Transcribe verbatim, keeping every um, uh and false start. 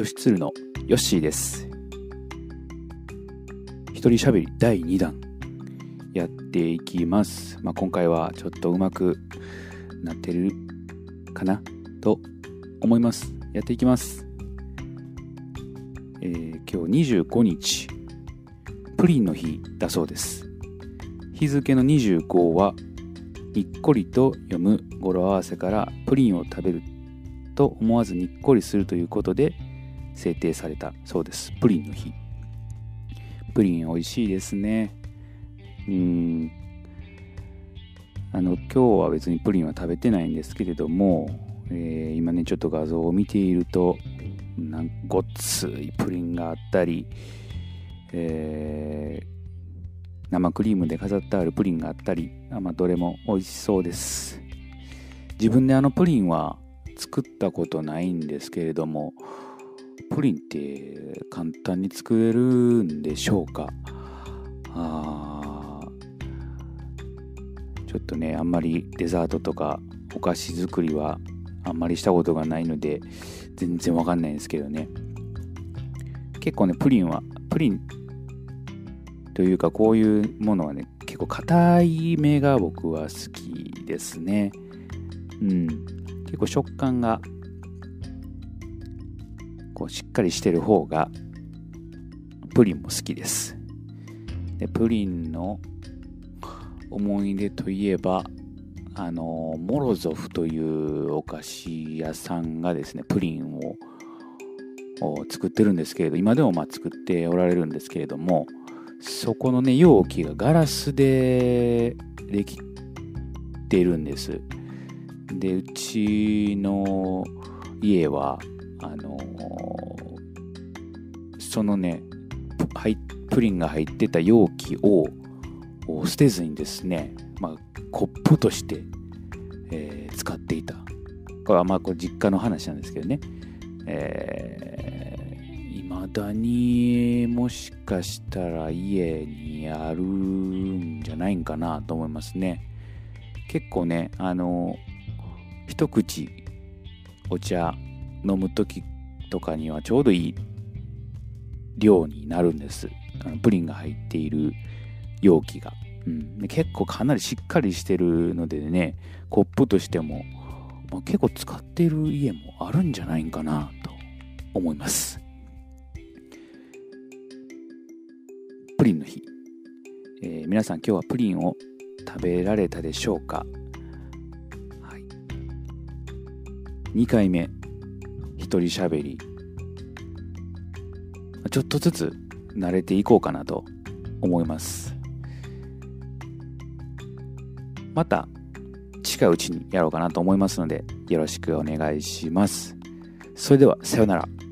よしつるのヨッシーです。一人喋りだいにだんやっていきます。まあ、今回はちょっとうまくなってるかなと思います。やっていきます。えー、今日にじゅうごにちプリンの日だそうです。日付のにじゅうごはにっこりと読む語呂合わせからプリンを食べると思わずにっこりするということで制定されたそうです。プリンの日。プリン美味しいですね。うーんあの今日は別にプリンは食べてないんですけれども、えー、今ねちょっと画像を見ているとなんごっついプリンがあったり、えー、生クリームで飾ってあるプリンがあったり、あ、まあ、どれも美味しそうです。自分であのプリンは作ったことないんですけれども、プリンって簡単に作れるんでしょうか。あちょっとねあんまりデザートとかお菓子作りはあんまりしたことがないので全然わかんないんですけどね。結構ねプリンはプリンというかこういうものはね結構硬い目が僕は好きですね。うん結構食感がこうしっかりしてる方がプリンも好きです。でプリンの思い出といえばあのモロゾフというお菓子屋さんがですねプリンを作ってるんですけれど、今でもまあ作っておられるんですけれども、そこのね容器がガラスでできているんです。でうちの家はあのそのねプリンが入ってた容器を捨てずにですね、まあ、コップとして、えー、使っていた。これはまあこれ実家の話なんですけどね、えー、未だにもしかしたら家にあるんじゃないんかなと思いますね。結構ねあの一口お茶飲む時とかにはちょうどいい量になるんです。あのプリンが入っている容器が、うん、で結構かなりしっかりしてるのでね、コップとしても、まあ、結構使っている家もあるんじゃないかなと思います。プリンの日、えー、皆さん今日はプリンを食べられたでしょうか。はい、にかいめ一人しゃべり、ちょっとずつ慣れていこうかなと思います。また近いうちにやろうかなと思いますのでよろしくお願いします。それではさようなら。